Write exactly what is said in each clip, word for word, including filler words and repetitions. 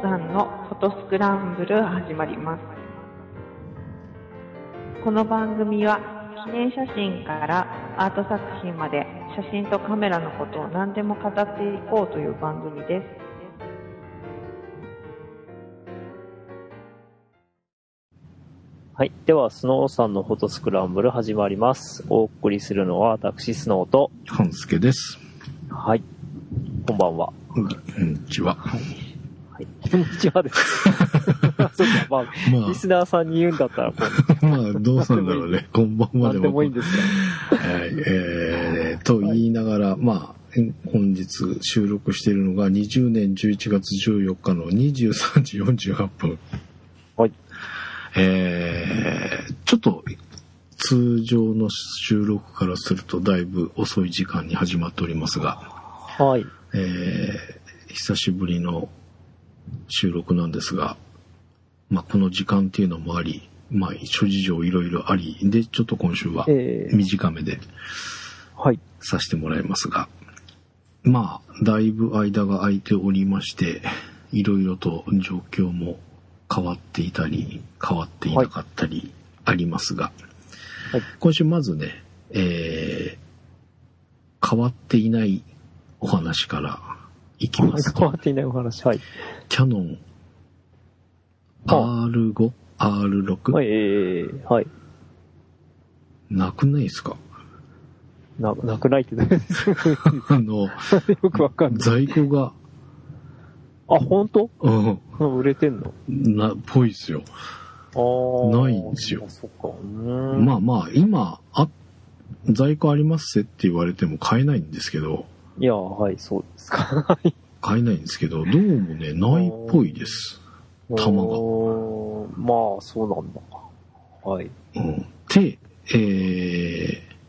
さんのフォトスクランブル始まります。この番組は記念写真からアート作品まで写真とカメラのことを何でも語っていこうという番組です。 はい。では、スノーさんのフォトスクランブル始まります。お送りするのは私、スノーと、 半助です。 はい。こんばんは。 こんにちは。 はい。はい、こんにちはです。そうか、まあ、まあ、リスナーさんに言うんだったら、 まあ、どうなんだろうね。こんばんはでも。 なんでもいいんですが。はい。えー、と言いながら、はい、まあ、本日収録しているのがにじゅうねんじゅういちがつじゅうよっかのにじゅうさんじよんじゅうはっぷん。 はい。 えー、ちょっと通常の収録からするとだいぶ遅い時間に始まっておりますが、 はい。 えー、久しぶりの収録なんですが、まあこの時間っていうのもあり、まあ諸事情いろいろありで、ちょっと今週は短めで、はい、させてもらいますが、まあだいぶ間が空いておりまして、いろいろと状況も変わっていたり変わっていなかったりありますが、はい、今週まずね、えー、変わっていないお話からいきますと、 変わっていないお話、はい。 キャノン アールファイブ、アールシックス、 はい、えー、はい。 なくないですか？ な、なくないって何ですか？ あの、 よくわかんない。 在庫があ、本当？ うん。 売れてんの？ な、ぽいっすよ。 あないんですよ。 そっか。うん。 まあまあ、今、あ、在庫ありますって言われても買えないんですけど。 いや、はい、そうですか。 買えないんですけど、どうもね、ないっぽいです。玉が。 まあ、そうなんだ。はい。 うん。で、えー、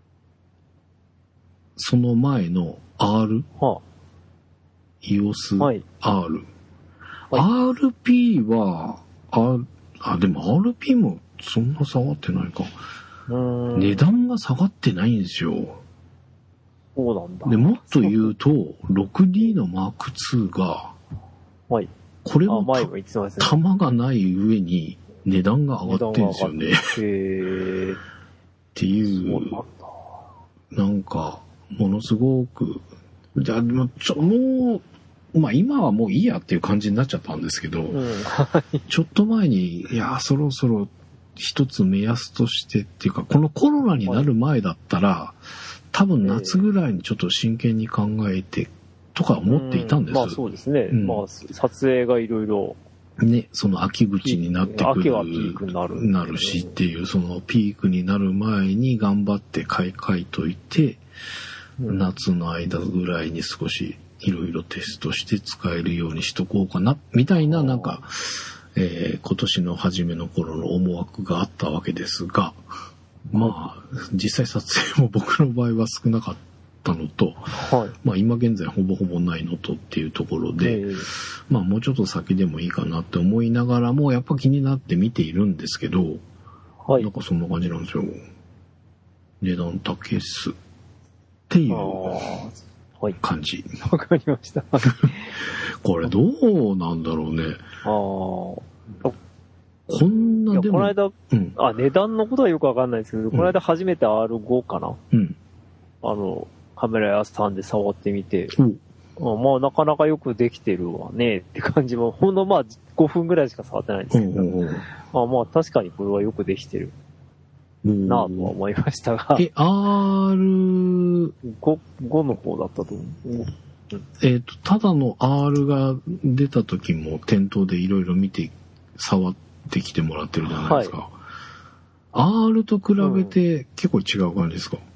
その前の R、 はあ、 イオス R、はい、 はい、 アールピー は、あ、あ、でも アールピー もそんな下がってないか。 うん値段が下がってないんですよ。 そうなんだ。 で、もっと言うと、ろくディー の マークツー が、 はい。 これも玉がない上に値段が上がってるんですよね。へーっていう、なんか、ものすごく、じゃあ、ちょ、もう、まあ今はもういいやっていう感じになっちゃったんですけど、うん、ちょっと前に、いや、そろそろ一つ目安としてっていうか、このコロナになる前だったら、はい、多分夏ぐらいにちょっと真剣に考えてとか思っていたんです。 うん、まあそうですね。うん、まあ撮影がいろいろ。 ね、その秋口になってくる。 秋はピークになる。 なるしっていう、そのピークになる前に頑張って買い替えといて、うん、夏の間ぐらいに少しいろいろテストして使えるようにしとこうかな、みたいななんか、えー、今年の初めの頃の思惑があったわけですが、まあ、実際撮影も僕の場合は少なかったのと、はい、まあ今現在ほぼほぼないのとっていうところで、まあもうちょっと先でもいいかなって思いながらも、やっぱ気になって見ているんですけど、はい、なんかそんな感じなんですよ。値段高いっす。っていう感じ。 わ、はい、かりました。 これどうなんだろうね。あこんなでも。 この間、うん、あ、値段のことはよくわかんないですけど、うん、この間初めて アールファイブ かな。うん。あの、カメラ屋さんで触ってみて、うん、まあなかなかよくできてるわねって感じも、ほんのまあごふんぐらいしか触ってないんですけど、うんうんうん、まあまあ確かにこれはよくできてるなぁとは思いましたが。 え、アールご ごの方だったと思う。うん、 えっと、ただの R が出た時も店頭でいろいろ見て、触ってきてもらってるじゃないですか。はい、R と比べて結構違う感じですか？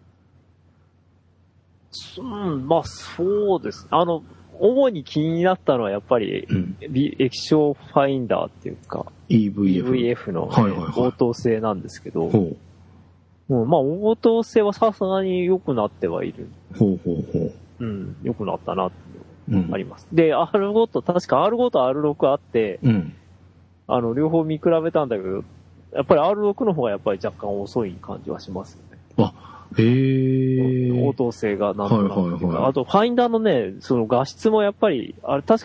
うん、うん、まあそうです。あの、主に気になったのはやっぱり、うん、液晶ファインダーっていうか、 イーブイエフ, イーブイエフの、ね、はいはいはい、応答性なんですけど、ほう、うん、まあ応答性はさすがに良くなってはいる。 ほうほうほう。 うん、良くなったなってあります。うん、で、アールファイブ と、確か アールファイブ と アールシックス あって、うん、あの、両方見比べたんだけど、やっぱり アールシックス の方がやっぱり若干遅い感じはしますよね。 あ、へー。 応答性がなんとなく、 はいはいはい。 あと、ファインダーのね、その画質もやっぱり、あれ確か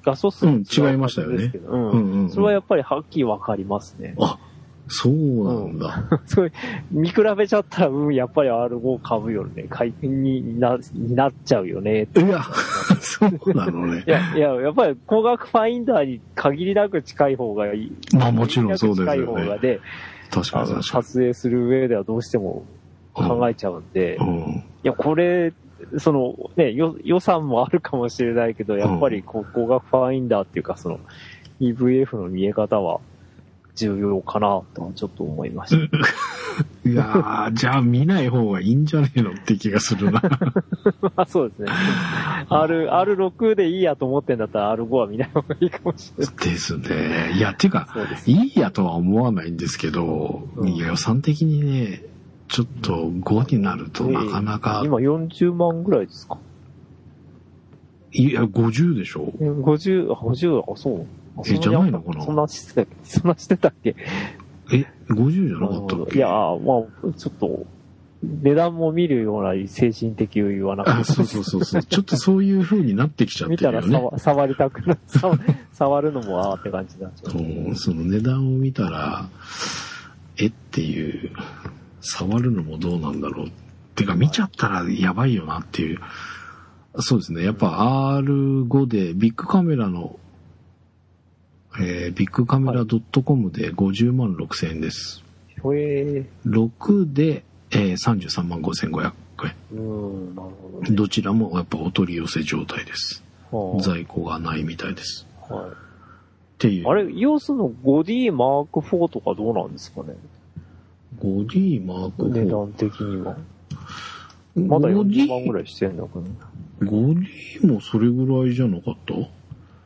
画素数も違うん、違いましたよね。 うん。うんうんうん、それはやっぱりはっきりわかりますね。 あ、そうなんだ。 うん、それ見比べちゃったら、うん、やっぱり アールフォー 買うよね。買いにな、になっちゃうよね。 いや、そうなのね。 いや、いや、やっぱり光学ファインダーに限りなく近い方がいい。 まあもちろんそうですよね。 近い方がで、 確かに確かに。 撮影する上ではどうしても考えちゃうんで、 うんうん、 いや、これ、そのね、よ、予算もあるかもしれないけど、やっぱりこう光学ファインダーっていうか、その イーブイエフ の見え方は、重要かなとはちょっと思いました。 いやー、じゃあ見ない方がいいんじゃねえのって気がするな。 まあそうですね。R、アールシックス でいいやと思ってんだったら アールフォー は見ない方がいいかもしれない。 ですね。いや、てか、いいやとは思わないんですけど、うん、いや予算的にね、ちょっとごになるとなかなか。 えー、今よんじゅうまんぐらいですか？ いや、ごじゅうでしょ？ ごじゅう、ごじゅう、あ、そう。 え、じゃないのかな？ そんなしてたっけ？そんなしてたっけ？ え、ごじゅうじゃなかったっけ？ いや、まあ、ちょっと、値段も見るような精神的余裕はなかった。 あ、そうそうそうそう。ちょっとそういう風になってきちゃってるよね。 見たら触触りたくな触、触るのもあーって感じになっちゃう。 そう、その値段を見たら、えっていう、触るのもどうなんだろう。てか見ちゃったらやばいよなっていう。そうですね。やっぱ アールファイブ でビッグカメラのえー、ビッグカメラ .com でごじゅうまんろくせんえんです。 へー。 ろくで、えー、さんじゅうさんまんごせんごひゃくえん。 うん、なるほどね。 どちらもやっぱお取り寄せ状態です。はあ、在庫がないみたいです。 はい。 っていう。 あれ、イオスの ファイブディー マークフォーとかどうなんですかね？ ファイブディー マークフォー。 値段的には。まだよんじゅうまんぐらいしてんだけど。ファイブディー もそれぐらいじゃなかった？ああ。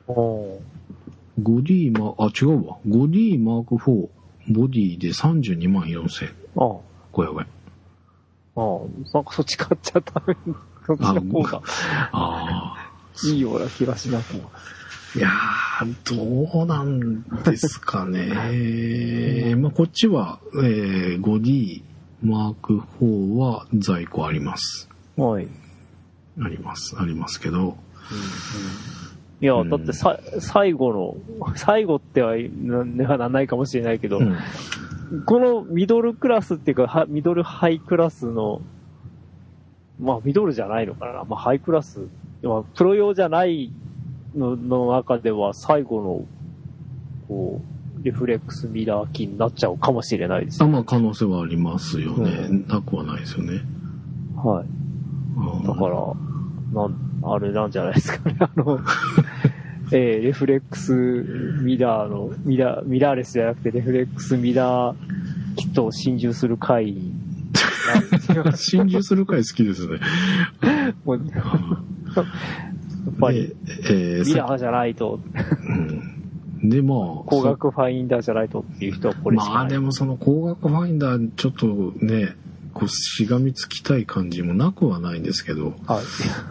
ファイブディー マーク、あ、違うわ。ファイブディー マークフォー、ボディでさんじゅうにまんよんせんごひゃくえん。ああ、なんかそっち買っちゃっために、そっちの方が、ああ。いいような気がしなくも。 いやー、どうなんですかね。まあ、こっちは、えー、ファイブディー マークフォーは在庫あります。 はい。 あります、ありますけど。うんうん、 いや、だってさ、うん、最後の、最後ってはならないかもしれないけど、うん、このミドルクラスっていうか、ミドルハイクラスの、まあミドルじゃないのかな、まあハイクラス、まあ、プロ用じゃないのの中では最後の、こう、リフレックスミラー機になっちゃうかもしれないです、 ね。あ、まあ可能性はありますよね。うん、なくはないですよね。 はい。だから、なんあれなんじゃないですかね。あの、えー、レフレックスミラーの、ミラー、ミラーレスじゃなくてレフレックスミラーキットを侵入する回。 侵入する回好きですね。 もうやっぱり、えー、ミラーじゃないと。 うん、で、まあ。 光学ファインダーじゃないとっていう人はこれしかない。 まあでもその光学ファインダーちょっとね、こうしがみつきたい感じもなくはないんですけど、はい、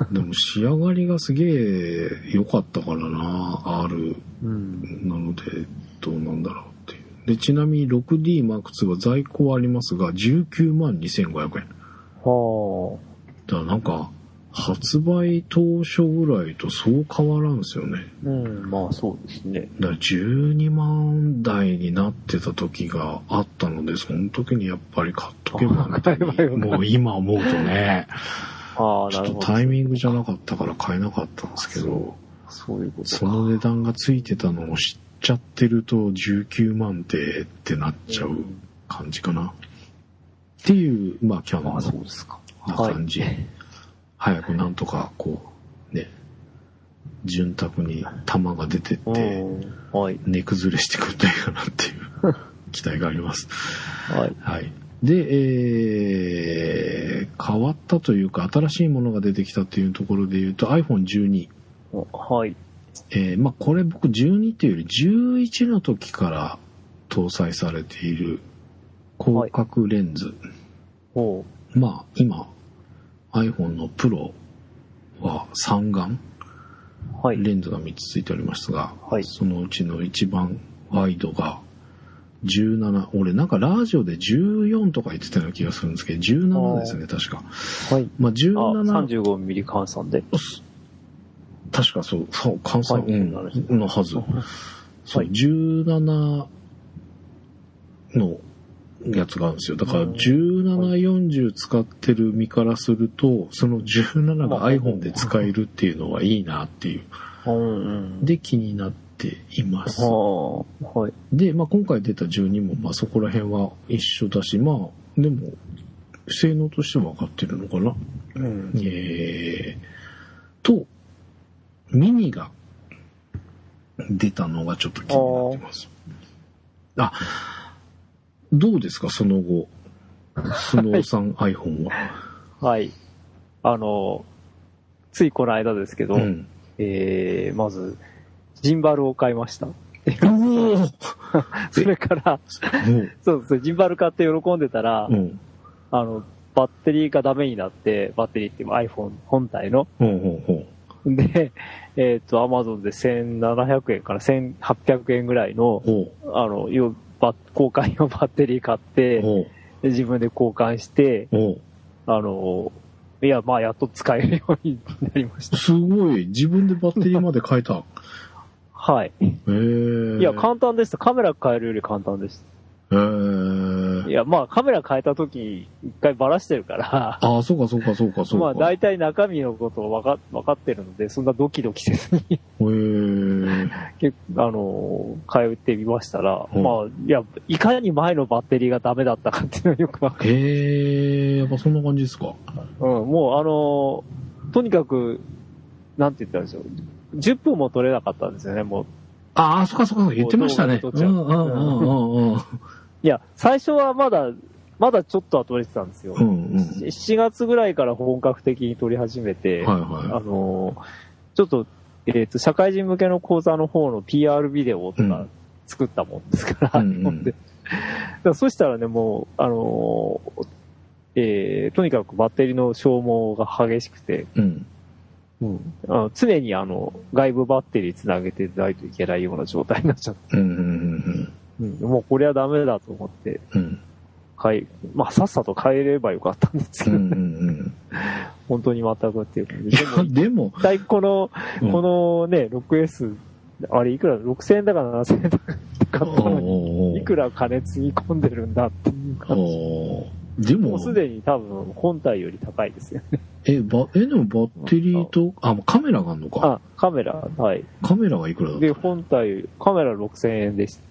でも仕上がりがすげえ良かったからな、R、うん、なのでどうなんだろうっていう。でちなみに ファイブディー マークツー は在庫はありますがじゅうきゅうまんにせんごひゃくえん。はあ。だからなんか発売当初ぐらいとそう変わらんですよね。 うん、まあそうですね。 だからじゅうにまん台になってた時があったので、その時にやっぱり買っとけばみたいに、もう今思うとね、あ、ちょっとタイミングじゃなかったから買えなかったんですけど、 そういうことか。 その値段がついてたのを知っちゃってるとじゅうきゅうまんってってなっちゃう感じかな。うん、っていう、まあキャノンの感じ。早くなんとかこうね潤沢に玉が出てって、はい、値崩れしてくんないかなっていう期待があります。はい。はい。で、えー、変わったというか新しいものが出てきたっていうところで言うと アイフォンじゅうに。はい。えー、まあこれ僕じゅうにっていうよりじゅういちの時から搭載されている広角レンズ。はい、まあ今。iPhone のプロは三眼、はい、レンズがみっつついておりますが、はい、そのうちの一番ワイドがじゅうなな、俺なんかラジオでじゅうよんとか言ってたような気がするんですけど、じゅうななですね、確か。はい。まあじゅうなな。 さんじゅうごミリ換算で。 確かそう、そう、関西、うん、のはず。そう、はい、じゅうななのやつがあるんですよ。だからじゅうなな、よんじゅう使ってる身からすると、そのじゅうななが iPhone で使えるっていうのはいいなっていう。で、気になっています。はい、で、まあ今回出たじゅうにも、まあそこら辺は一緒だし、まあ、でも、性能としては分かってるのかな。うん、えー、と、ミニが出たのがちょっと気になってます。あ、どうですか、その後。スノーさん、はい、iPhone は。 はい。あの、ついこの間ですけど、うん、えー、まず、ジンバルを買いました。それから、そうですね、ジンバル買って喜んでたら、うん、あの、バッテリーがダメになって、バッテリーっていう iPhone 本体の。うんうんうん、で、えっ、ー、と、Amazon でせんななひゃくえんからせんはっぴゃくえんぐらいの、あの、交換用バッテリー買って、で自分で交換して、あの、いや、まあ、やっと使えるようになりました。 すごい。自分でバッテリーまで変えた。 はい。へー。いや、簡単でした。カメラ変えるより簡単でした。へー。いや、まあ、カメラ変えた時、一回バラしてるから。 ああ、そうかそうかそうかそうか。 まあ、大体中身のことを分か、分かってるので、そんなドキドキせずに。へー。結構、あの、変えてみましたら、うん、まあ、いや、いかに前のバッテリーがダメだったかっていうのはよく分かる。 へー、やっぱそんな感じですか。 うん、もう、あの、とにかく、なんて言ったんでしょう。じゅっぷんも取れなかったんですよね、もう。 ああ、そっかそっか、言ってましたね。うんうんうんうんうん。 いや、最初はまだ、まだちょっとは取れてたんですよ。うんうん、しちがつぐらいから本格的に取り始めて、はいはい、あの、ちょっと、えっ、ー、と、社会人向けの講座の方の ピーアール ビデオとか作ったもんですから、うんうん、でだそしたらね、もう、あの、えー、とにかくバッテリーの消耗が激しくて、うんうん、あの常にあの外部バッテリーつなげてないといけないような状態になっちゃって、うんうんうんうん、もうこれはダメだと思って、うん、買いまあさっさと買えればよかったんですけど、ねうんうんうん、本当に全くっていう感じで、でも一体この、うん、このね ろくエス あれいくらろくせんえんだかななせんえんだか買ったのにいくら金積み込んでるんだっていう感じ。でも、もうすでに多分本体より高いですよね。 え、ば、え、でもバッテリーと、あ、カメラがあるのか。 あ、カメラ、はい。 カメラはいくらだった？ で、本体、カメラろくせんえんでした。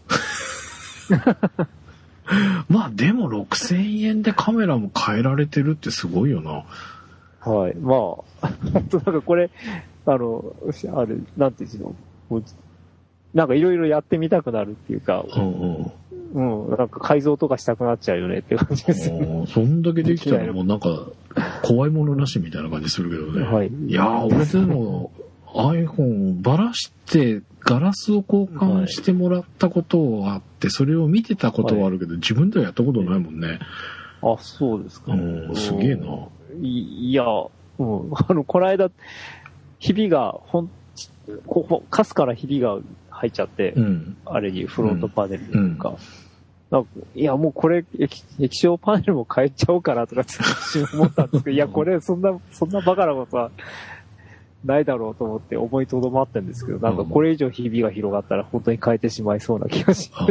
まあでもろくせんえんでカメラも変えられてるってすごいよな。 はい。まあ、なんかこれ、あの、あれ、なんていうの、なんかいろいろやってみたくなるっていうか、うんうんうん、なんか改造とかしたくなっちゃうよねって感じですよね。 そんだけできたらもうなんか怖いものなしみたいな感じするけどね。はい。いやー、俺でも iPhone ばらしてガラスを交換してもらったことはあって、それを見てたことはあるけど、はい、自分ではやったことないもんね。 あ、そうですか。 うん、すげえな。 い, いや、うん、あの、この間、ひびが、ほん、ここ、カスからひびが入っちゃって、うん、あれにフロントパネルとか、うんうん、なんかいやもうこれ液、液晶パネルも変えちゃおうかなとかって思ったんですけど、いやこれそんな、そんなバカなことはないだろうと思って思いとどまってるんですけど、なんかこれ以上ひびが広がったら本当に変えてしまいそうな気がします。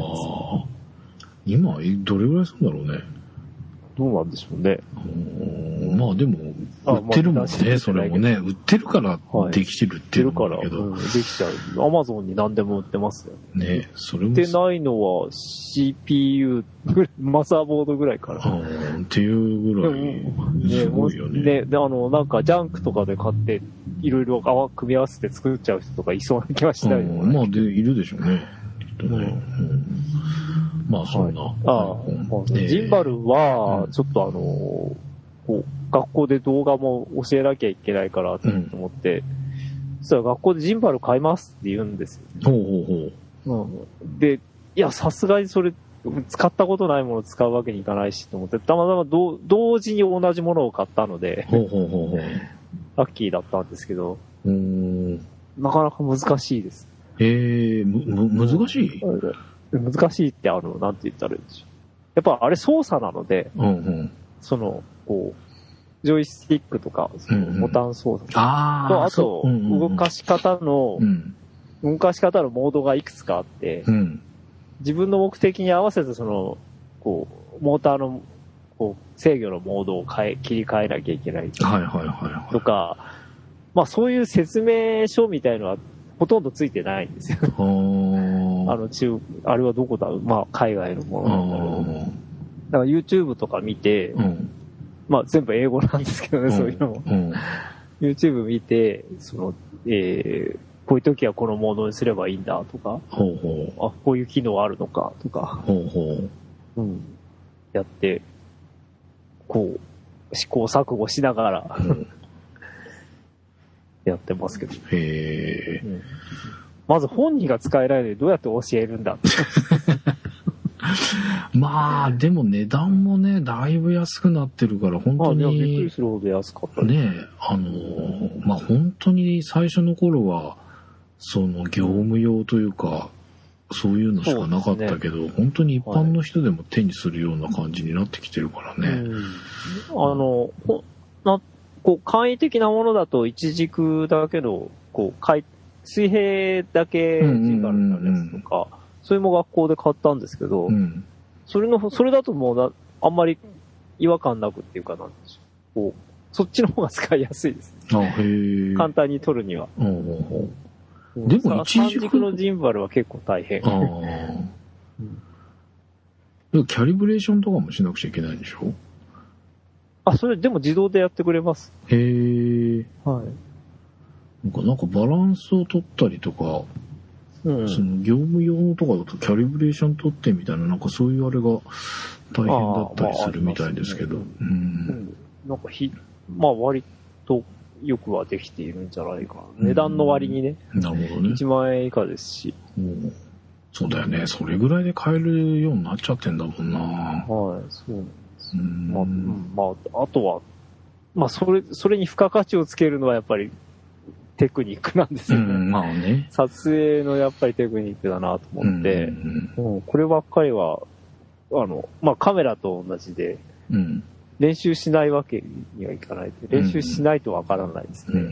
今、どれぐらいするんだろうね。 どうなんでしょうね。 まあでも、売ってるもんね、それもね。売ってるからできてるっていうのだけど。 はい、売ってるから、うん、できちゃう。アマゾンに何でも売ってますよね。ね、それも。 売ってないのは シーピーユー、マザーボードぐらいから。 っていうぐらい、すごいよね。 ね、で、あの、なんかジャンクとかで買って、いろいろ泡組み合わせて作っちゃう人とかいそうな気がしたりも、 ね。まあ、で、いるでしょうね。きっとね。うんまあ、そんな。はい、ああ、ね、ジンバルは、ちょっとあの、こう、学校で動画も教えなきゃいけないからと思って、うん、そしたら学校でジンバル買いますって言うんですよ。ほうほうほう。うん、で、いや、さすがにそれ、使ったことないものを使うわけにいかないしと思って、たまたまど同時に同じものを買ったので、ほうほうほうほうラッキーだったんですけど、うーんなかなか難しいです。 へえ、む、む、難しい？ 難しいって、あの、なんて言ったらいいんでしょう。やっぱあれ操作なので、うんうん、その、こう、 ジョイスティックとか、そのボタン操作と、 ああと、動かし方の、動かし方のモードがいくつかあって、うん、自分の目的に合わせてその、こう、モーターの、こう、制御のモードを変え、切り替えなきゃいけないとか、 はいはいはいはい、 とか、まあそういう説明書みたいのはほとんどついてないんですよ。あの中、あれはどこだ、まあ海外のものなんだけど、だから YouTube とか見て、うん、まあ全部英語なんですけどね、うん、そういうのも。うん、YouTube 見て、その、えー、こういう時はこのモードにすればいいんだとか、ほうほう、あ、こういう機能あるのかとか、ほうほう、うん、やって、こう、試行錯誤しながら、うん、やってますけど。 へー、うん、 まず本人が使えないのにどうやって教えるんだまあ、でも値段もね、だいぶ安くなってるから、本当に。 あ、びっくりするほど安かったね。ね、あの、まあ本当に最初の頃は、その業務用というか、そういうのしかなかったけど、ね、本当に一般の人でも手にするような感じになってきてるからね。 うん、あの、な、こう、簡易的なものだと一軸だけの、こう、水平だけ時間になるやつとか、うんうんうん、それも学校で買ったんですけど、うん、それの、それだともうな、あんまり違和感なくっていうかなんでしょう。こう、そっちの方が使いやすいです。 あ、へー。 簡単に取るには。うんうんうん、でも一軸。三軸のジンバルは結構大変。あうん、キャリブレーションとかもしなくちゃいけないんでしょ？ あ、それでも自動でやってくれます。 へー。 はい。 なんか、なんかバランスを取ったりとか、うん、その業務用とかだとキャリブレーション取ってみたいな、なんかそういうあれが大変だったりするみたいですけど。まあね、うん、 なんかひ、まあ割とよくはできているんじゃないかな。値段の割にね。 なるほどね。 いちまんえん以下ですし。 うん、そうだよね。それぐらいで買えるようになっちゃってんだもんな。 はい、そうなんです。うん、まあ、うん、まあ、あとは、まあそれ、それに付加価値をつけるのはやっぱり、テクニックなんですよね。 うん、まあね。 撮影のやっぱりテクニックだなと思って、うんうんうん、こればっかりは、あの、まあカメラと同じで、うん、練習しないわけにはいかない。練習しないとわからないですね。うんうん、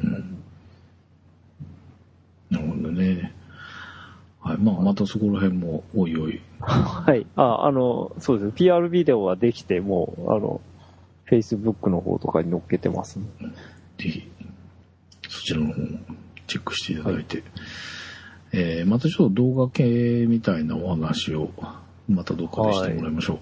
なるほどね。はい。まあまたそこら辺もおいおい。 はい。あ、あの、そうですね。ピーアール ビデオはできて、もう、あの、Facebook の方とかに載っけてます、ね。 ぜひ。そちらの方もチェックしていただいて、はい、えー、またちょっと動画系みたいなお話をまたどっかでしてもらいましょう。はい、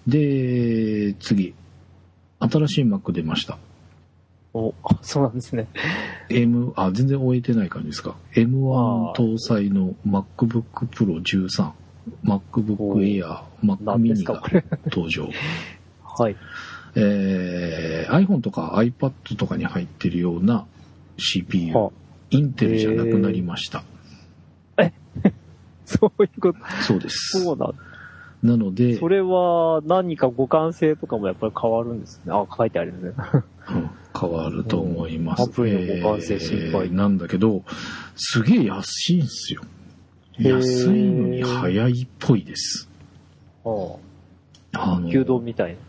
で、次、新しい Mac 出ました。 お、あ、そうなんですね。 M、あ、全然終えてない感じですか。エムワン 搭載の MacBook Pro じゅうさん、MacBook Air、Mac mini が登場。 はい。 えー、iPhone とか iPad とかに入ってるようなシーピーユー、インテルじゃなくなりました。 えそういうこと？ そうです。 そうなんなので、 それは何か互換性とかもやっぱり変わるんですね。あ、書いてあるんですね。 うん、変わると思います。 アプリの互換性心配、 えー、なんだけど、すげえ安いんですよ。安いのに早いっぽいです。 はあ、あの牛丼みたいな。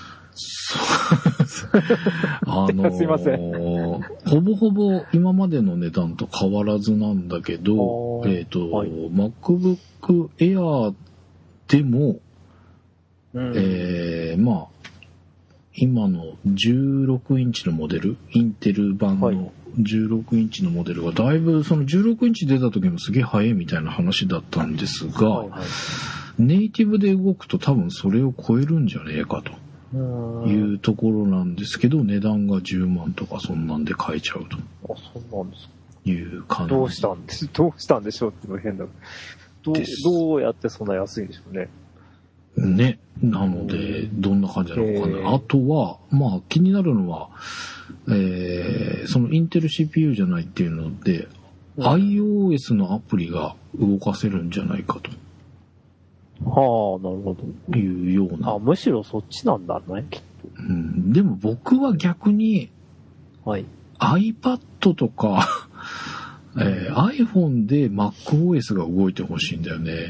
あのすいません。 ほぼほぼ今までの値段と変わらずなんだけど、えっと、はい、MacBook Air でも、うん、えー、まあ、今のじゅうろくインチのモデル、インテル版のじゅうろくインチのモデルがだいぶそのじゅうろくインチ出た時もすげえ早いみたいな話だったんですが、はいはい、ネイティブで動くと多分それを超えるんじゃねえかと。いうところなんですけど、値段がじゅうまんとかそんなんで買えちゃうと。 あ、そうなんですか。 いう感じ。 どうしたんです、どうしたんでしょうっていうのは変だ。どう、どうやってそんな安いんでしょうね。 ね。なので、どんな感じなのかわかんない。あとは、まあ気になるのは、えー、そのインテル シーピーユー じゃないっていうので、うん、iOS のアプリが動かせるんじゃないかと。 はあ、なるほど。いうような。 あ、むしろそっちなんだね、きっと。 うん。でも僕は逆に、 はい。 iPad とか、えー、iPhone で MacOS が動いてほしいんだよね。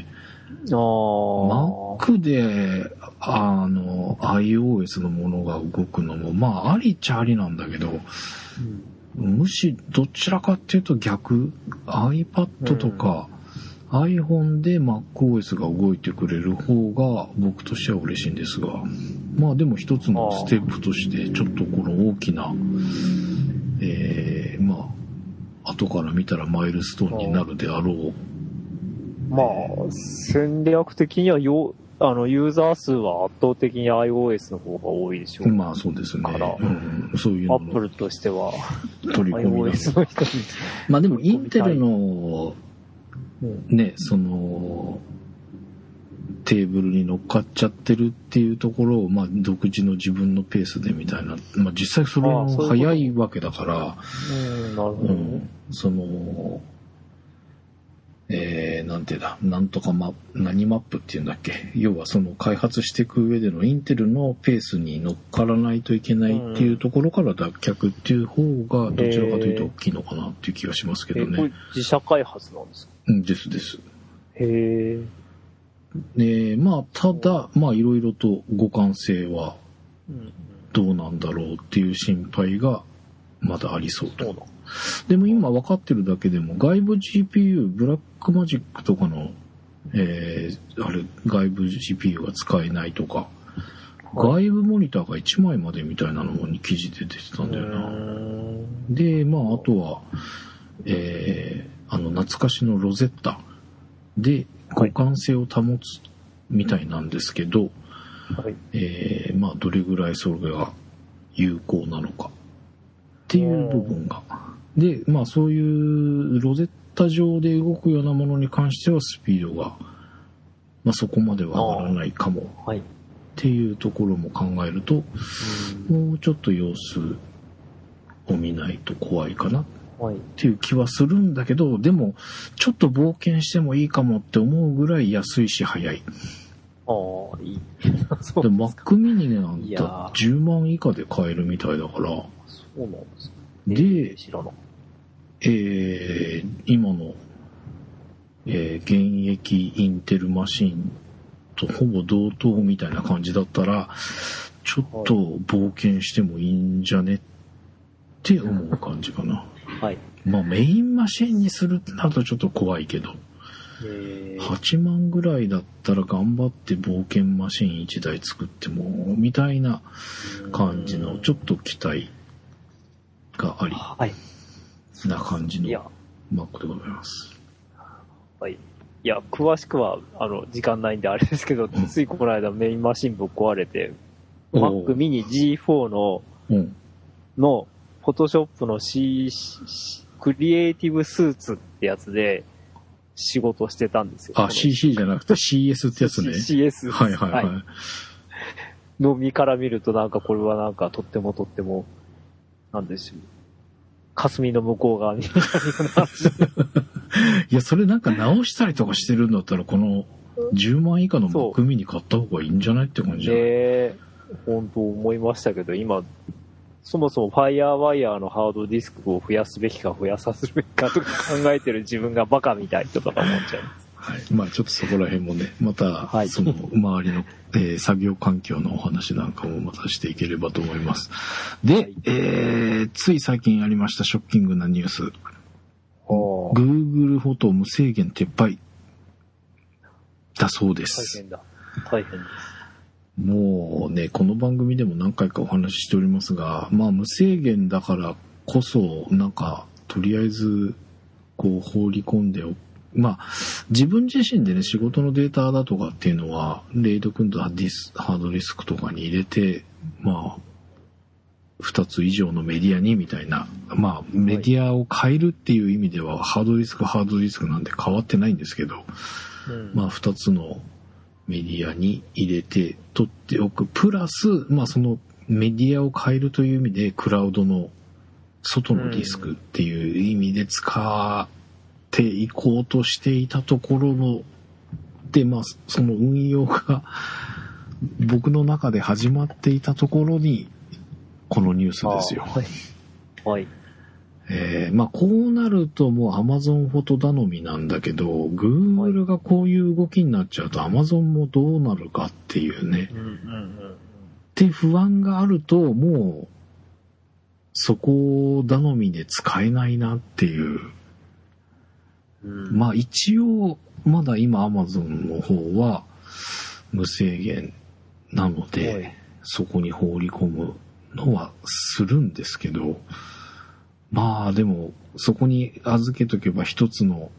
ああ。 Mac で、あの、iOS のものが動くのも、まあ、ありっちゃありなんだけど、うん、むしろどちらかっていうと逆、iPad とか、うん、iPhone で MacOS が動いてくれる方が僕としては嬉しいんですが、まあでも一つのステップとして、ちょっとこの大きな、えー、まあ、後から見たらマイルストーンになるであろう。 まあ、戦略的にはよ、あの、ユーザー数は圧倒的に iOS の方が多いでしょう。 まあそうですね。 から、 うん、そういうの。 アップルとしては、 取り込み iOS の人に。 まあでもインテルの、ね、その、テーブルに乗っかっちゃってるっていうところを、まあ独自の自分のペースでみたいな、まあ実際それも早いわけだから、 うん、なるほど、ね。うん、 その、えー、なんてだ、なんとかマ何マップっていうんだっけ。要はその開発していく上でのインテルのペースに乗っからないといけないっていうところから脱却っていう方がどちらかというと大きいのかなっていう気がしますけどね。 えー、これ自社開発なんですか？ うんですです。 へー。 えー、まあただ、まあいろいろと互換性はどうなんだろうっていう心配がまだありそうと。そうだ。でも今分かってるだけでも外部 ジーピーユー、ブラックマジックとかの、えー、あれ、外部 ジーピーユー が使えないとか、はい、外部モニターがいちまいまでみたいなのに記事で出てたんだよな。で、まああとは、えー、あの懐かしのロゼッタで互換性を保つみたいなんですけど、はい、えー、まあどれぐらいそれが有効なのかっていう部分が。で、まあそういうロゼッタ上で動くようなものに関してはスピードが、まあそこまでは上がらないかも。はい。っていうところも考えると、もうちょっと様子を見ないと怖いかなっていう気はするんだけど、でもちょっと冒険してもいいかもって思うぐらい安いし早い。 ああ、いい。 で、Mac mini なんてじゅうまん以下で買えるみたいだから。 そうなんですか。 で、 知らない。 えー、今の、えー、現役インテルマシンとほぼ同等みたいな感じだったら、ちょっと冒険してもいいんじゃねって思う感じかな。 はい。 まあメインマシンにするってなるとちょっと怖いけど、はちまんぐらいだったら頑張って冒険マシンいちだい作っても、みたいな感じのちょっと期待があり。 はい。 な感じの Mac でございます。 はい。いや、詳しくは、あの、時間ないんであれですけど、うん、ついこの間メインマシンぶっ壊れて、Mac mini ジーフォー の、うん、の、Photoshop の C、クリエイティブスーツってやつで仕事してたんですよ。 あ、シーシー じゃなくて シーエス ってやつね。 シーエス。 はいはいはい。はい、 の身から見るとなんかこれはなんかとってもとっても、なんでしょう。霞の向こう側に。いや、それなんか直したりとかしてるんだったら、このじゅうまん以下のMac mini買った方がいいんじゃないって感じじゃない？ ね、本当思いましたけど、今、そもそも FireWire のハードディスクを増やすべきか増やさせるべきかとか考えてる自分がバカみたいとか思っちゃいます。 はい。まあちょっとそこら辺もね、また、その周りの、えー、作業環境のお話なんかもまたしていければと思います。で、はい、えー、つい最近ありましたショッキングなニュース。Google フォト無制限撤廃だそうです。 大変だ。大変です。 もうね、この番組でも何回かお話ししておりますが、まあ無制限だからこそ、なんか、とりあえず、こう放り込んでおく。まあ、自分自身でね、仕事のデータだとかっていうのは、レイド君とハードディスクとかに入れて、まあ、二つ以上のメディアにみたいな、まあ、メディアを変えるっていう意味では、ハードディスク、ハードディスクなんで変わってないんですけど、うん、まあ、二つのメディアに入れて取っておく。プラス、まあ、そのメディアを変えるという意味で、クラウドの外のディスクっていう意味で使っていこうとしていたところの、で、まあ、その運用が僕の中で始まっていたところに、このニュースですよ。 はい。はい。 えー、まあこうなるともう Amazon フォト頼みなんだけど、Google がこういう動きになっちゃうと Amazon もどうなるかっていうね。うんうんうん、って不安があるともうそこ頼みで使えないなっていう。うん、まあ一応まだ今 Amazon の方は無制限なので、はい、そこに放り込むのはするんですけど、まあでもそこに預けとけば一つの、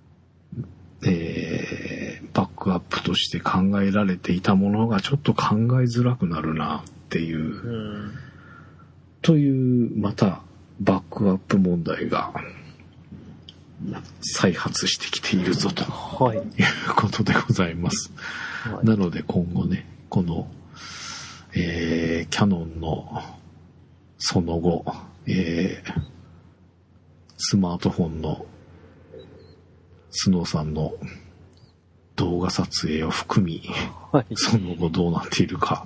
えー、バックアップとして考えられていたものがちょっと考えづらくなるなっていう、うん、というまたバックアップ問題が再発してきているぞと、はい、いうことでございます、はい、なので今後ねこの、えー、キヤノンのその後、えースマートフォンのスノーさんの動画撮影を含み、はい、その後どうなっているか、はい、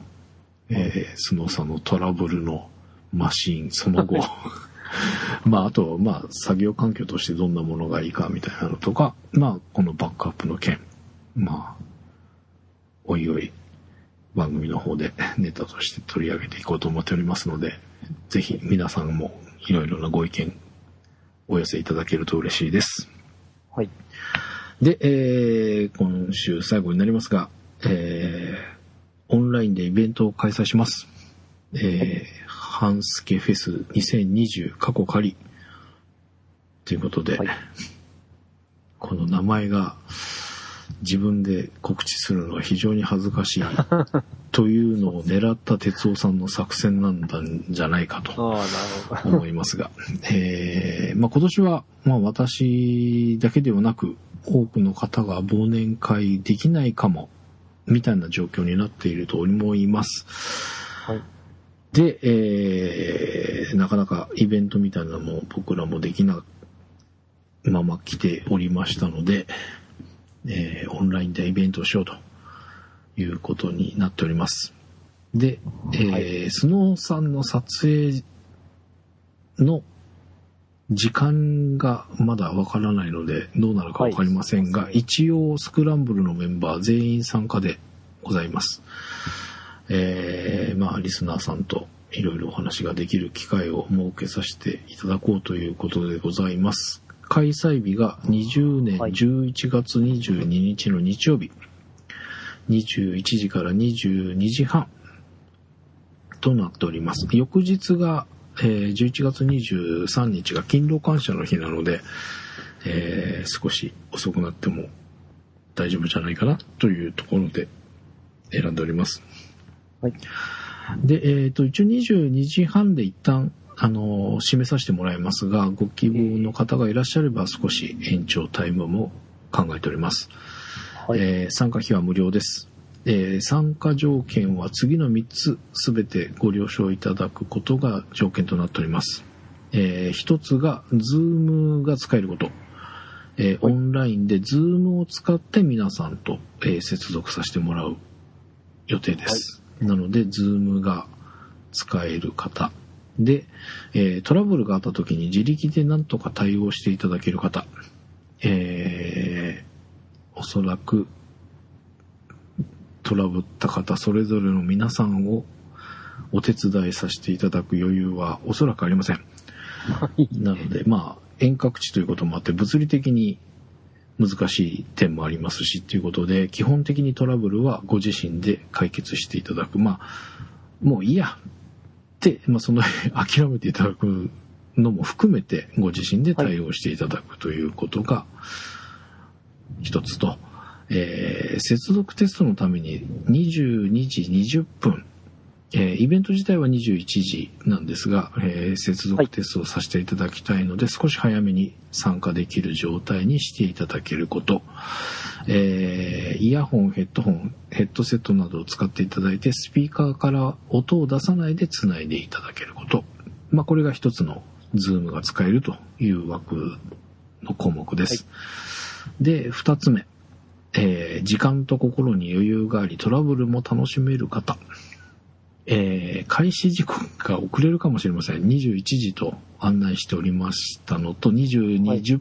えー、スノーさんのトラブルのマシーン、その後、まああと、まあ作業環境としてどんなものがいいかみたいなのとか、まあこのバックアップの件、まあ、おいおい番組の方でネタとして取り上げていこうと思っておりますので、ぜひ皆さんもいろいろなご意見、お寄せいただけると嬉しいです。はい。で、えー、今週最後になりますが、えー、オンラインでイベントを開催します。えー、ハンスケフェスにせんにじゅう過去仮ということで、はい、この名前が自分で告知するのは非常に恥ずかしいというのを狙った哲夫さんの作戦なんだんじゃないかと思いますが、えーまあ、今年はまあ私だけではなく多くの方が忘年会できないかもみたいな状況になっていると思います。はい、で、えー、なかなかイベントみたいなのも僕らもできなまま来ておりましたので、えー、オンラインでイベントをしようということになっております。で、えーはい、スノーさんの撮影の時間がまだわからないのでどうなるかわかりませんが、はい、一応スクランブルのメンバー全員参加でございます。えー、まあリスナーさんといろいろお話ができる機会を設けさせていただこうということでございます。開催日がにじゅうねんじゅういちがつにじゅうににちの日曜日、にじゅういちじからにじゅうにじはんとなっております。翌日が、えー、じゅういちがつにじゅうさんにちが勤労感謝の日なので、えー、少し遅くなっても大丈夫じゃないかなというところで選んでおります。はい。で、えっと、一応にじゅうにじはんで一旦あの締めさせてもらいますが、ご希望の方がいらっしゃれば少し延長タイムも考えております。はい、えー、参加費は無料です。えー、参加条件は次のみっつすべてご了承いただくことが条件となっております。えー、ひとつが Zoom が使えること、えー、オンラインで Zoom を使って皆さんと、えー、接続させてもらう予定です。はい、なので Zoom が使える方で、えー、トラブルがあった時に自力で何とか対応していただける方、えー、おそらくトラブった方それぞれの皆さんをお手伝いさせていただく余裕はおそらくありません。なのでまあ遠隔地ということもあって物理的に難しい点もありますしということで、基本的にトラブルはご自身で解決していただく。まあもういいやで、まあ、その諦めていただくのも含めてご自身で対応していただくということが一つと、はい、えー、接続テストのためににじゅうにじにじゅっぷん、えー、イベント自体はにじゅういちじなんですが、えー、接続テストをさせていただきたいので、はい、少し早めに参加できる状態にしていただけること、えー、イヤホン、ヘッドホン、ヘッドセットなどを使っていただいてスピーカーから音を出さないでつないでいただけること、まあこれが一つのズームが使えるという枠の項目です。はい、で二つ目、えー、時間と心に余裕がありトラブルも楽しめる方、 えー、開始時刻が遅れるかもしれません。にじゅういちじと案内しておりましたのと、にじゅうにじ、はい、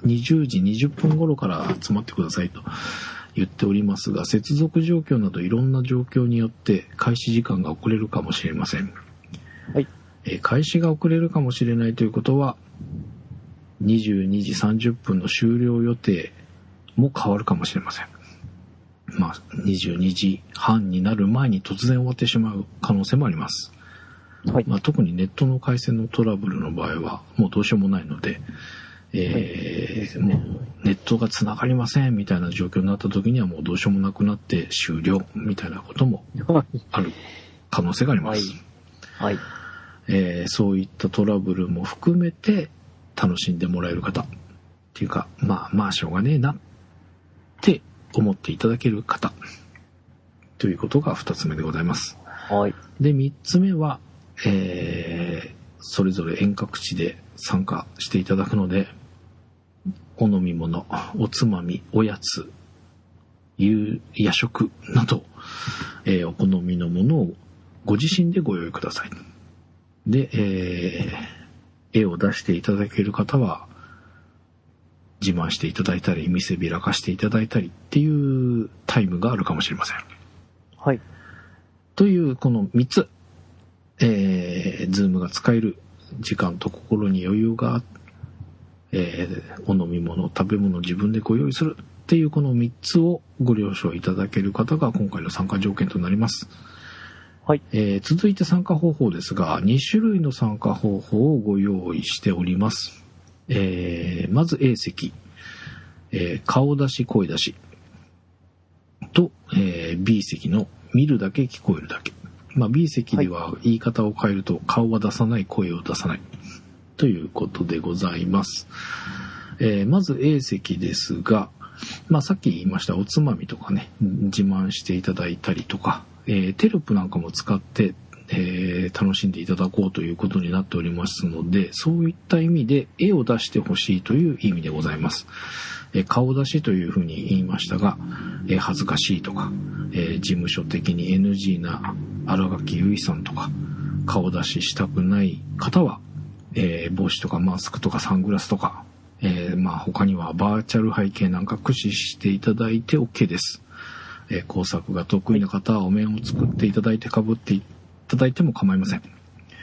にじゅうじにじゅっぷん頃から集まってくださいと言っておりますが、接続状況などいろんな状況によって開始時間が遅れるかもしれません。 はい。 えー、開始が遅れるかもしれないということは、にじゅうにじさんじゅっぷんの終了予定も変わるかもしれません。まあ、にじゅうにじはんになる前に突然終わってしまう可能性もあります。はい。まあ、特にネットの回線のトラブルの場合はもうどうしようもないので、えーはい、もうネットが繋がりませんみたいな状況になった時にはもうどうしようもなくなって終了みたいなこともある可能性があります。 はい。はい、 えー、そういったトラブルも含めて楽しんでもらえる方っていうか、まあまあしょうがねえなって思っていただける方ということが二つ目でございます。 はい。 で、三つ目は、えー、それぞれ遠隔地で参加していただくので、お飲み物、おつまみ、おやつ、夕夜食など、えー、お好みのものをご自身でご用意ください。で、えー、絵を出していただける方は自慢していただいたり見せびらかしていただいたりっていうタイムがあるかもしれません。 はい。 というこのみっつ、えー、ズームが使える時間と心に余裕が、えー、お飲み物、食べ物を自分でご用意するっていうこのみっつをご了承いただける方が今回の参加条件となります。 はい。 えー、続いて参加方法ですが、に種類の参加方法をご用意しております。えー、まず A 席、えー、顔出し声出しと、えー、B 席の見るだけ聞こえるだけ。まあ、B 席では言い方を変えると顔は出さない声を出さないということでございます。えー、まず A 席ですが、まあ、さっき言いましたおつまみとかね自慢していただいたりとか、えー、テロップなんかも使って、えー、楽しんでいただこうということになっておりますので、そういった意味で絵を出してほしいという意味でございます。えー、顔出しというふうに言いましたが、えー、恥ずかしいとか、えー、事務所的に エヌジー な新垣結衣さんとか顔出ししたくない方は、えー、帽子とかマスクとかサングラスとか、えー、まあ他にはバーチャル背景なんか駆使していただいて OK です。えー、工作が得意な方はお面を作っていただいて被っていただいても構いません。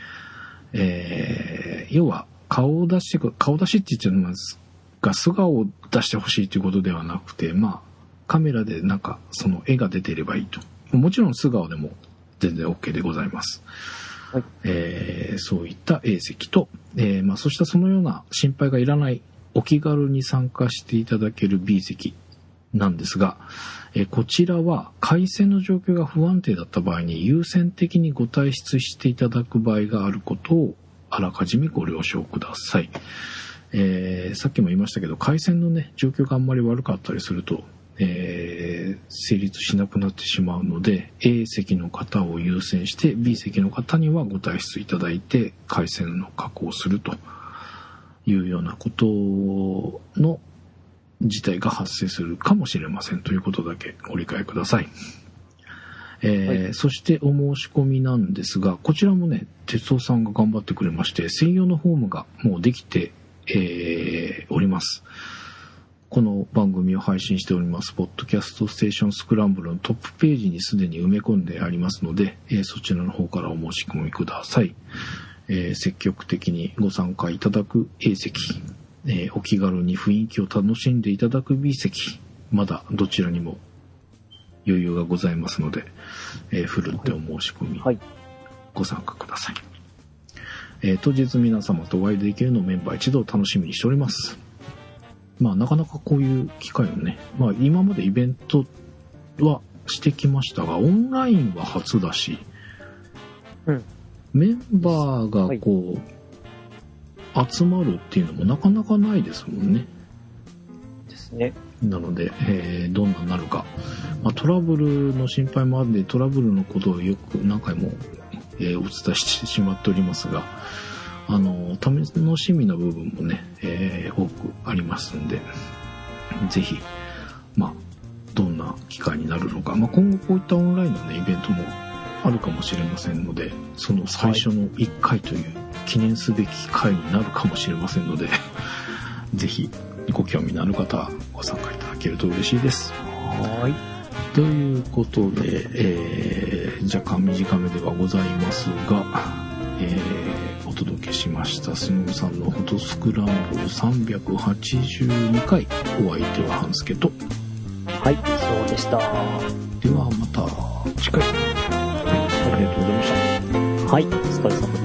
えー、要は顔を出して顔出しって言っちゃいますが、素顔を出してほしいということではなくて、まあカメラでなんかその絵が出ていればいいと。もちろん素顔でも全然 OK でございます。はい。えー、そういった A 席と、えー、まあそうしたそのような心配がいらないお気軽に参加していただける B 席なんですが、えー、こちらは回線の状況が不安定だった場合に優先的にご退出していただく場合があることをあらかじめご了承ください。えー、さっきも言いましたけど、回線のね状況があんまり悪かったりすると、えー、成立しなくなってしまうので A 席の方を優先して B 席の方にはご退出いただいて回線の確保をするというようなことの事態が発生するかもしれませんということだけご理解ください。えーはい、そしてお申し込みなんですが、こちらもね哲夫さんが頑張ってくれまして専用のフォームがもうできて、えー、おります。この番組を配信しておりますポッドキャストステーションスクランブルのトップページにすでに埋め込んでありますので、えー、そちらの方からお申し込みください。えー、積極的にご参加いただく A 席、えー、お気軽に雰囲気を楽しんでいただく B 席、まだどちらにも余裕がございますので、えー、ふるってお申し込み、はい、ご参加ください。えー、当日皆様とお会いできるのをメンバー一同楽しみにしております。まあなかなかこういう機会をね、まあ今までイベントはしてきましたが、オンラインは初だし、うん、メンバーがこう、はい、集まるっていうのもなかなかないですもんね。 ですね。 なので、えー、どんなになるか、まあ、トラブルの心配もあるんで、トラブルのことをよく何回も、えー、お伝えしてしまっておりますが、あの楽しみな部分もね、えー、多くありますんで、ぜひまあどんな機会になるのか、まあ、今後こういったオンラインのねイベントもあるかもしれませんので、その最初のいっかいという記念すべき回になるかもしれませんので、ぜひご興味のある方はご参加いただけると嬉しいです。 はい。 ということで、えー、若干短めではございますが、えー、お届けしましたスノーさんのフォトスクランブルさんびゃくはちじゅうにかい、お相手は半助と、 はい、そうでした。 ではまた次回、はい、ありがとうございました。 はい、お疲れ様